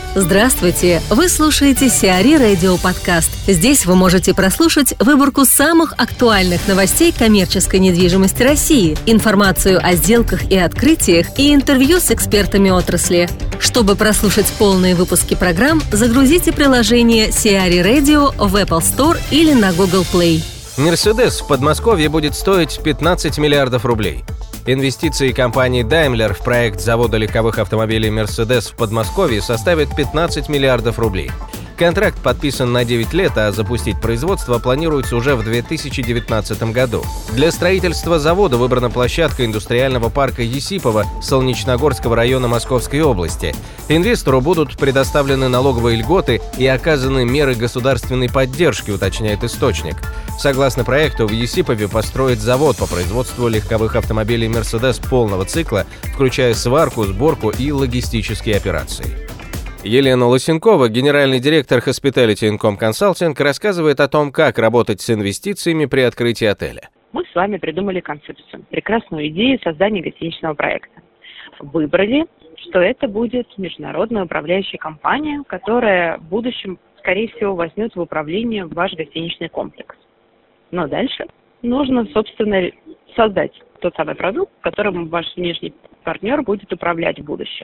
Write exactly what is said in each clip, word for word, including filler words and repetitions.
Здравствуйте! Вы слушаете Сиари Радио Подкаст. Здесь вы можете прослушать выборку самых актуальных новостей коммерческой недвижимости России, информацию о сделках и открытиях и интервью с экспертами отрасли. Чтобы прослушать полные выпуски программ, загрузите приложение Сиари Radio в Apple Store или на Google Play. Мерседес в Подмосковье будет стоить пятнадцать миллиардов рублей. Инвестиции компании Daimler в проект завода легковых автомобилей Mercedes в Подмосковье составят пятнадцать миллиардов рублей. Контракт подписан на девять лет, а запустить производство планируется уже в две тысячи девятнадцатом году. Для строительства завода выбрана площадка индустриального парка Есипово Солнечногорского района Московской области. Инвестору будут предоставлены налоговые льготы и оказаны меры государственной поддержки, уточняет источник. Согласно проекту, в Есипове построят завод по производству легковых автомобилей Mercedes полного цикла, включая сварку, сборку и логистические операции. Елена Лысенкова, генеральный директор Hospitality Income Consulting, рассказывает о том, как работать с инвестициями при открытии отеля. Мы с вами придумали концепцию, прекрасную идею создания гостиничного проекта. Выбрали, что это будет международная управляющая компания, которая в будущем, скорее всего, возьмет в управление ваш гостиничный комплекс. Но дальше нужно, собственно, создать тот самый продукт, которым ваш внешний партнер будет управлять в будущем.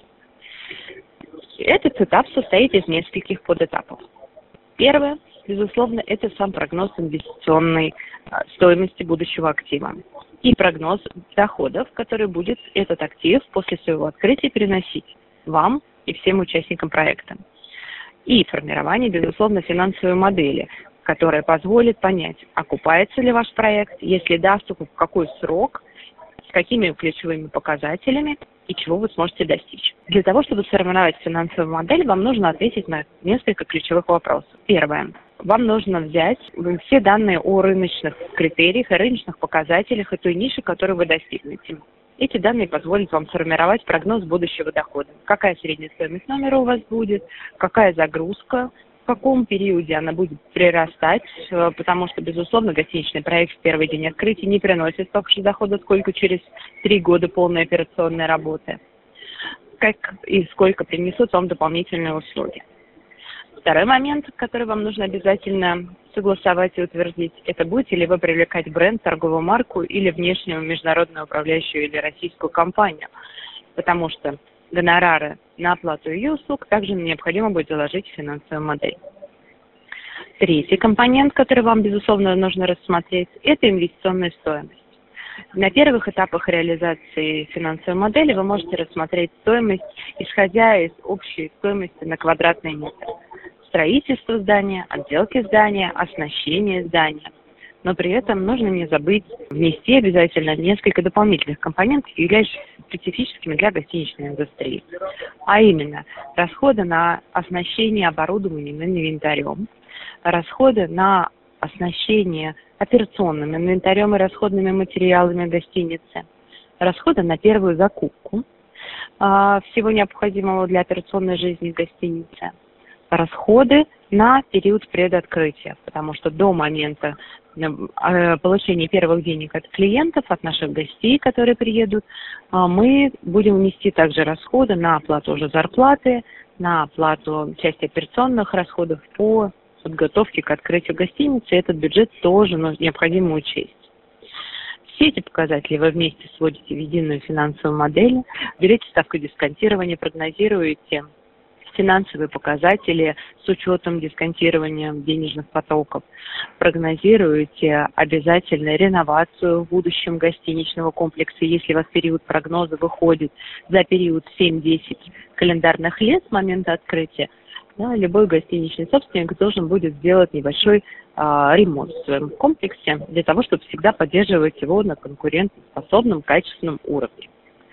Этот этап состоит из нескольких подэтапов. Первое, безусловно, это сам прогноз инвестиционной а, стоимости будущего актива и прогноз доходов, который будет этот актив после своего открытия приносить вам и всем участникам проекта. И формирование, безусловно, финансовой модели, которая позволит понять, окупается ли ваш проект, если да, то в какой срок, с какими ключевыми показателями и чего вы сможете достичь. Для того, чтобы сформировать финансовую модель, вам нужно ответить на несколько ключевых вопросов. Первое. Вам нужно взять все данные о рыночных критериях и рыночных показателях и той ниши, которую вы достигнете. Эти данные позволят вам сформировать прогноз будущего дохода. Какая средняя стоимость номера у вас будет, какая загрузка, в каком периоде она будет прирастать, потому что, безусловно, гостиничный проект в первый день открытия не приносит столько же дохода, сколько через три года полной операционной работы, как и сколько принесут вам дополнительные услуги. Второй момент, который вам нужно обязательно согласовать и утвердить, это будете ли вы привлекать бренд, торговую марку или внешнюю международную управляющую или российскую компанию, потому что гонорары на оплату ее услуг также необходимо будет заложить в финансовую модель. Третий компонент, который вам, безусловно, нужно рассмотреть, это инвестиционная стоимость. На первых этапах реализации финансовой модели вы можете рассмотреть стоимость, исходя из общей стоимости на квадратный метр. Строительство здания, отделки здания, оснащение здания. Но при этом нужно не забыть внести обязательно несколько дополнительных компонентов, являющихся специфическими для гостиничной индустрии. А именно, расходы на оснащение оборудованием и инвентарем, расходы на оснащение операционным инвентарем и расходными материалами гостиницы, расходы на первую закупку а, всего необходимого для операционной жизни гостиницы, расходы на период предоткрытия, потому что до момента получения первых денег от клиентов, от наших гостей, которые приедут, мы будем нести также расходы на оплату уже зарплаты, на оплату части операционных расходов по подготовке к открытию гостиницы. Этот бюджет тоже необходимо учесть. Все эти показатели вы вместе сводите в единую финансовую модель, берете ставку дисконтирования, прогнозируете финансовые показатели с учетом дисконтирования денежных потоков, прогнозируете обязательно реновацию в будущем гостиничного комплекса, если у вас период прогноза выходит за период семь-десять календарных лет с момента открытия, да, любой гостиничный собственник должен будет сделать небольшой а, ремонт в своем комплексе для того, чтобы всегда поддерживать его на конкурентоспособном, качественном уровне.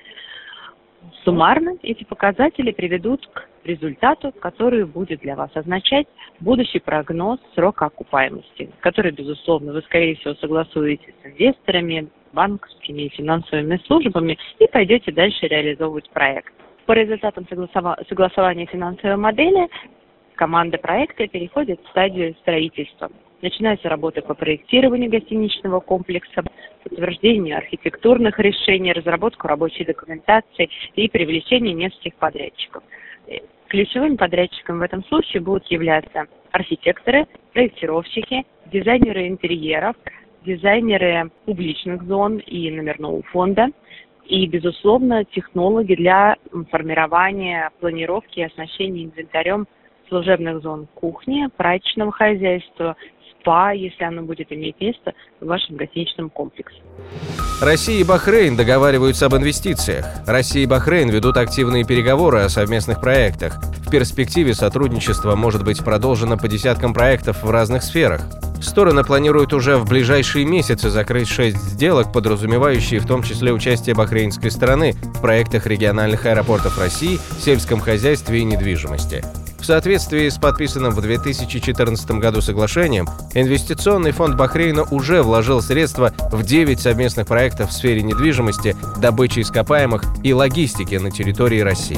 Суммарно эти показатели приведут к результату, который будет для вас означать будущий прогноз срока окупаемости, который, безусловно, вы, скорее всего, согласуете с инвесторами, банковскими и финансовыми службами и пойдете дальше реализовывать проект. По результатам согласования финансовой модели команда проекта переходит в стадию строительства. Начинаются работы по проектированию гостиничного комплекса, утверждению архитектурных решений, разработку рабочей документации и привлечению нескольких подрядчиков. Ключевым подрядчиком в этом случае будут являться архитекторы, проектировщики, дизайнеры интерьеров, дизайнеры публичных зон и номерного фонда и, безусловно, технологи для формирования планировки и оснащения инвентарем служебных зон кухни, прачечного хозяйства, спа, если оно будет иметь место в вашем гостиничном комплексе. Россия и Бахрейн договариваются об инвестициях. Россия и Бахрейн ведут активные переговоры о совместных проектах. В перспективе сотрудничество может быть продолжено по десяткам проектов в разных сферах. Стороны планируют уже в ближайшие месяцы закрыть шесть сделок, подразумевающие в том числе участие бахрейнской стороны в проектах региональных аэропортов России, сельском хозяйстве и недвижимости. В соответствии с подписанным в две тысячи четырнадцатом году соглашением, Инвестиционный фонд Бахрейна уже вложил средства в девять совместных проектов в сфере недвижимости, добычи ископаемых и логистики на территории России.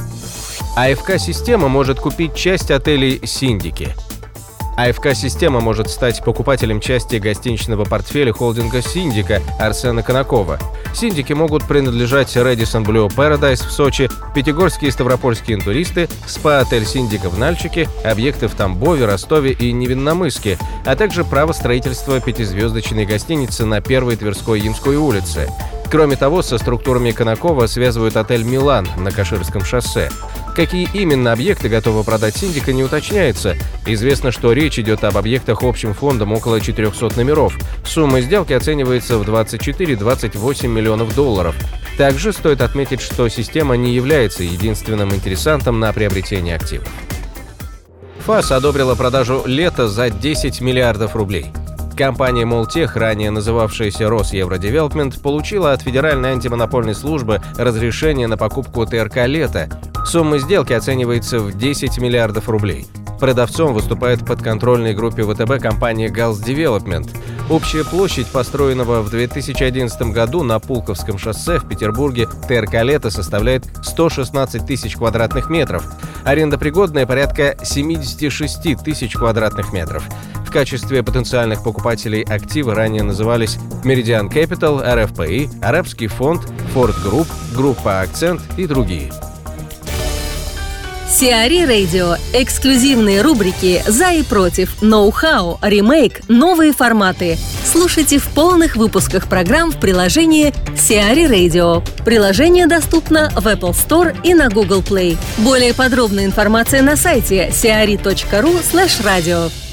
АФК-система может купить часть отелей «Синдики». АФК-система может стать покупателем части гостиничного портфеля холдинга «Синдика» Арсена Конакова. «Синдики» могут принадлежать Radisson Blue Paradise в Сочи, пятигорские и ставропольские интуристы, спа-отель «Синдика» в Нальчике, объекты в Тамбове, Ростове и Невинномысске, а также право строительства пятизвездочной гостиницы на Первой Тверской Ямской улице. Кроме того, со структурами Конакова связывают отель «Милан» на Каширском шоссе. Какие именно объекты готовы продать «Синдика», не уточняется. Известно, что речь идет об объектах общим фондом около четырехсот номеров. Сумма сделки оценивается в двадцать четыре - двадцать восемь миллионов долларов. Также стоит отметить, что система не является единственным интересантом на приобретение активов. ФАС одобрила продажу «Лето» за десять миллиардов рублей. Компания Молтех, ранее называвшаяся Росевродевелопмент, получила от Федеральной антимонопольной службы разрешение на покупку ТРК «Лето». Сумма сделки оценивается в десять миллиардов рублей. Продавцом выступает подконтрольной группе ВТБ компания «Галс Девелопмент». Общая площадь построенного в две тысячи одиннадцатом году на Пулковском шоссе в Петербурге ТРК «Лето» составляет сто шестнадцать тысяч квадратных метров. Арендопригодная порядка семьдесят шесть тысяч квадратных метров. В качестве потенциальных покупателей активы ранее назывались Meridian Capital, эр эф пэ и, Арабский фонд, Ford Group, группа «Акцент» и другие. Сиари Radio. Эксклюзивные рубрики «За и против», «Ноу-хау», «Ремейк», «Новые форматы». Слушайте в полных выпусках программ в приложении Сиари Radio. Приложение доступно в Apple Store и на Google Play. Более подробная информация на сайте сиари точка ру слэш радио.